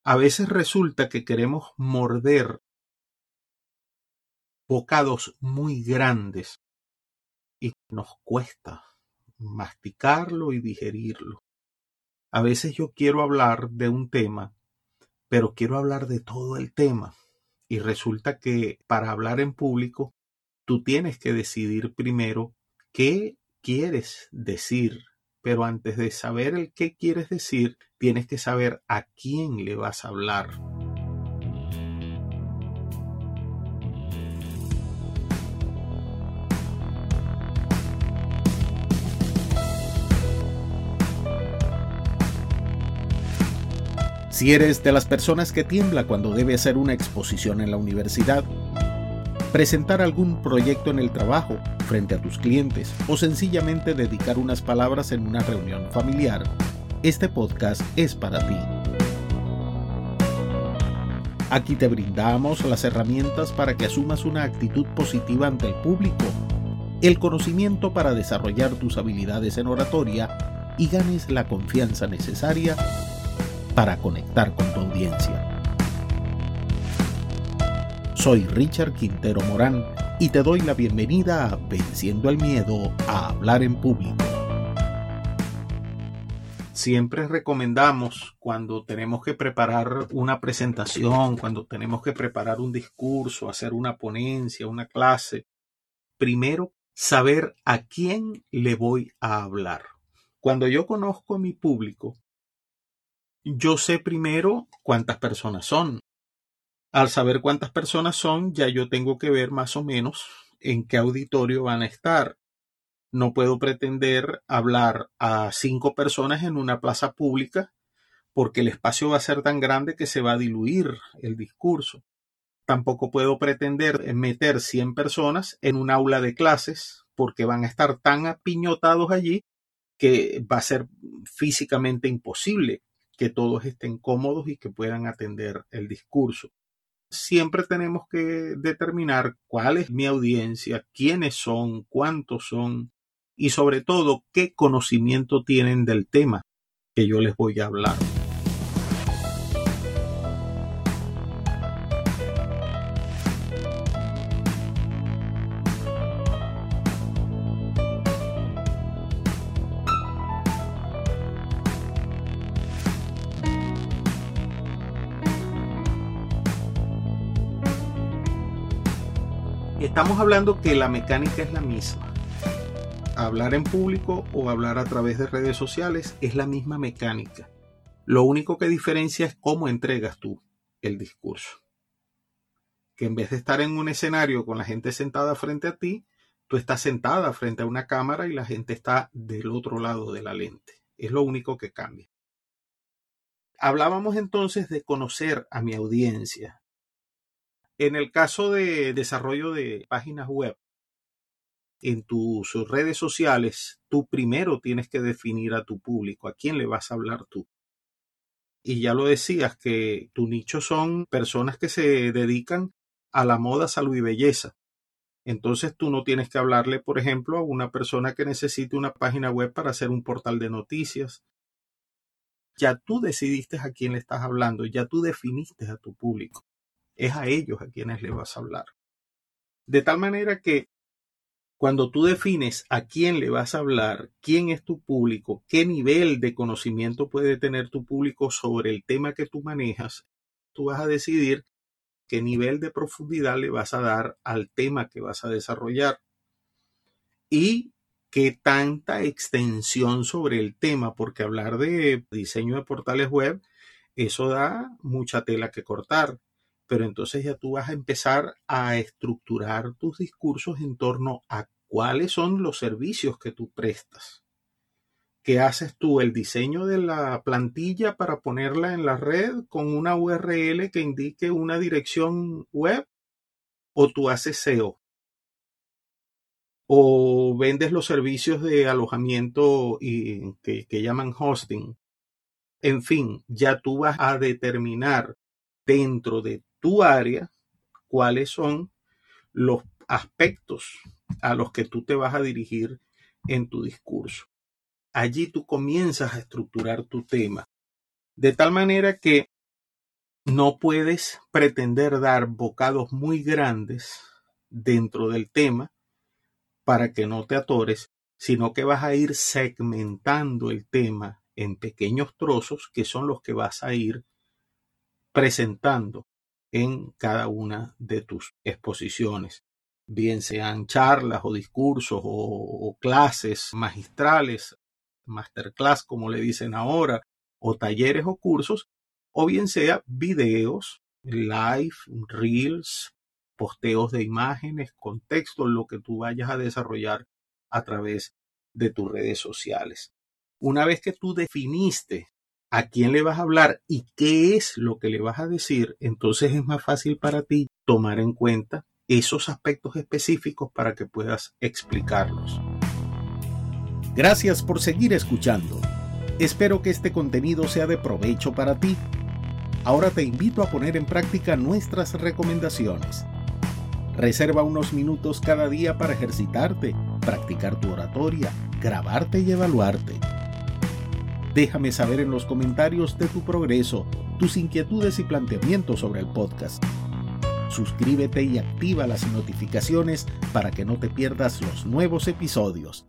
A veces resulta que queremos morder bocados muy grandes y nos cuesta masticarlo y digerirlo. A veces yo quiero hablar de un tema, pero quiero hablar de todo el tema. Y resulta que para hablar en público, tú tienes que decidir primero qué quieres decir. Pero antes de saber el qué quieres decir, tienes que saber a quién le vas a hablar. Si eres de las personas que tiembla cuando debe hacer una exposición en la universidad, presentar algún proyecto en el trabajo frente a tus clientes o sencillamente dedicar unas palabras en una reunión familiar, este podcast es para ti. Aquí te brindamos las herramientas para que asumas una actitud positiva ante el público, el conocimiento para desarrollar tus habilidades en oratoria y ganes la confianza necesaria para conectar con tu audiencia. Soy Richard Quintero Morán y te doy la bienvenida a Venciendo el Miedo a Hablar en Público. Siempre recomendamos cuando tenemos que preparar una presentación, cuando tenemos que preparar un discurso, hacer una ponencia, una clase, primero saber a quién le voy a hablar. Cuando yo conozco a mi público, yo sé primero cuántas personas son. Al saber cuántas personas son, ya yo tengo que ver más o menos en qué auditorio van a estar. No puedo pretender hablar a 5 personas en una plaza pública porque el espacio va a ser tan grande que se va a diluir el discurso. Tampoco puedo pretender meter 100 personas en un aula de clases porque van a estar tan apiñotados allí que va a ser físicamente imposible que todos estén cómodos y que puedan atender el discurso. Siempre tenemos que determinar cuál es mi audiencia, quiénes son, cuántos son y sobre todo qué conocimiento tienen del tema que yo les voy a hablar. Estamos hablando que la mecánica es la misma. Hablar en público o hablar a través de redes sociales es la misma mecánica. Lo único que diferencia es cómo entregas tú el discurso. Que en vez de estar en un escenario con la gente sentada frente a ti, tú estás sentada frente a una cámara y la gente está del otro lado de la lente. Es lo único que cambia. Hablábamos entonces de conocer a mi audiencia. En el caso de desarrollo de páginas web, en tus redes sociales, tú primero tienes que definir a tu público, a quién le vas a hablar tú. Y ya lo decías, que tu nicho son personas que se dedican a la moda, salud y belleza. Entonces tú no tienes que hablarle, por ejemplo, a una persona que necesite una página web para hacer un portal de noticias. Ya tú decidiste a quién le estás hablando, ya tú definiste a tu público. Es a ellos a quienes le vas a hablar. De tal manera que cuando tú defines a quién le vas a hablar, quién es tu público, qué nivel de conocimiento puede tener tu público sobre el tema que tú manejas, tú vas a decidir qué nivel de profundidad le vas a dar al tema que vas a desarrollar y qué tanta extensión sobre el tema, porque hablar de diseño de portales web, eso da mucha tela que cortar. Pero entonces ya tú vas a empezar a estructurar tus discursos en torno a cuáles son los servicios que tú prestas. ¿Qué haces tú? El diseño de la plantilla para ponerla en la red con una URL que indique una dirección web, o tú haces SEO, o vendes los servicios de alojamiento y que llaman hosting. En fin, ya tú vas a determinar dentro de tu área cuáles son los aspectos a los que tú te vas a dirigir en tu discurso. Allí tú comienzas a estructurar tu tema, de tal manera que no puedes pretender dar bocados muy grandes dentro del tema para que no te atores, sino que vas a ir segmentando el tema en pequeños trozos que son los que vas a ir presentando en cada una de tus exposiciones, bien sean charlas o discursos o clases magistrales, masterclass como le dicen ahora, o talleres o cursos, o bien sea videos, live, reels, posteos de imágenes, contextos, lo que tú vayas a desarrollar a través de tus redes sociales. Una vez que tú definiste a quién le vas a hablar y qué es lo que le vas a decir, entonces es más fácil para ti tomar en cuenta esos aspectos específicos para que puedas explicarlos. Gracias por seguir escuchando. Espero que este contenido sea de provecho para ti. Ahora te invito a poner en práctica nuestras recomendaciones. Reserva unos minutos cada día para ejercitarte, practicar tu oratoria, grabarte y evaluarte. Déjame saber en los comentarios de tu progreso, tus inquietudes y planteamientos sobre el podcast. Suscríbete y activa las notificaciones para que no te pierdas los nuevos episodios.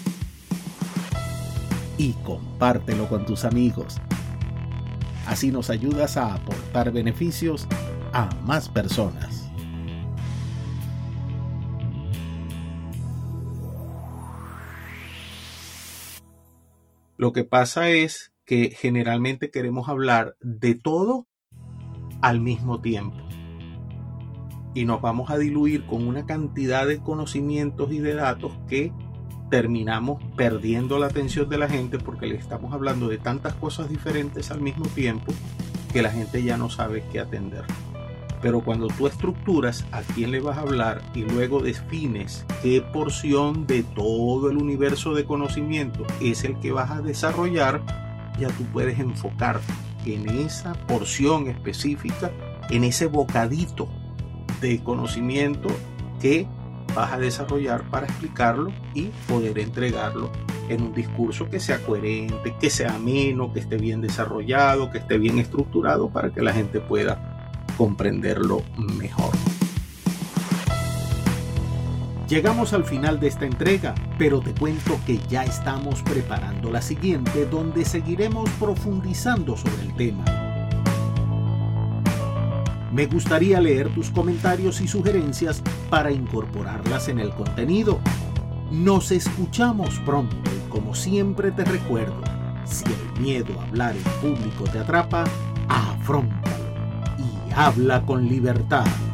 Y compártelo con tus amigos. Así nos ayudas a aportar beneficios a más personas. Lo que pasa es que generalmente queremos hablar de todo al mismo tiempo y nos vamos a diluir con una cantidad de conocimientos y de datos que terminamos perdiendo la atención de la gente porque le estamos hablando de tantas cosas diferentes al mismo tiempo que la gente ya no sabe qué atender. Pero cuando tú estructuras a quién le vas a hablar y luego defines qué porción de todo el universo de conocimiento es el que vas a desarrollar, ya tú puedes enfocarte en esa porción específica, en ese bocadito de conocimiento que vas a desarrollar para explicarlo y poder entregarlo en un discurso que sea coherente, que sea ameno, que esté bien desarrollado, que esté bien estructurado para que la gente pueda comprenderlo mejor. Llegamos al final de esta entrega, pero te cuento que ya estamos preparando la siguiente, donde seguiremos profundizando sobre el tema. Me gustaría leer tus comentarios y sugerencias para incorporarlas en el contenido. Nos escuchamos pronto y como siempre te recuerdo, si el miedo a hablar en público te atrapa, afróntalo y habla con libertad.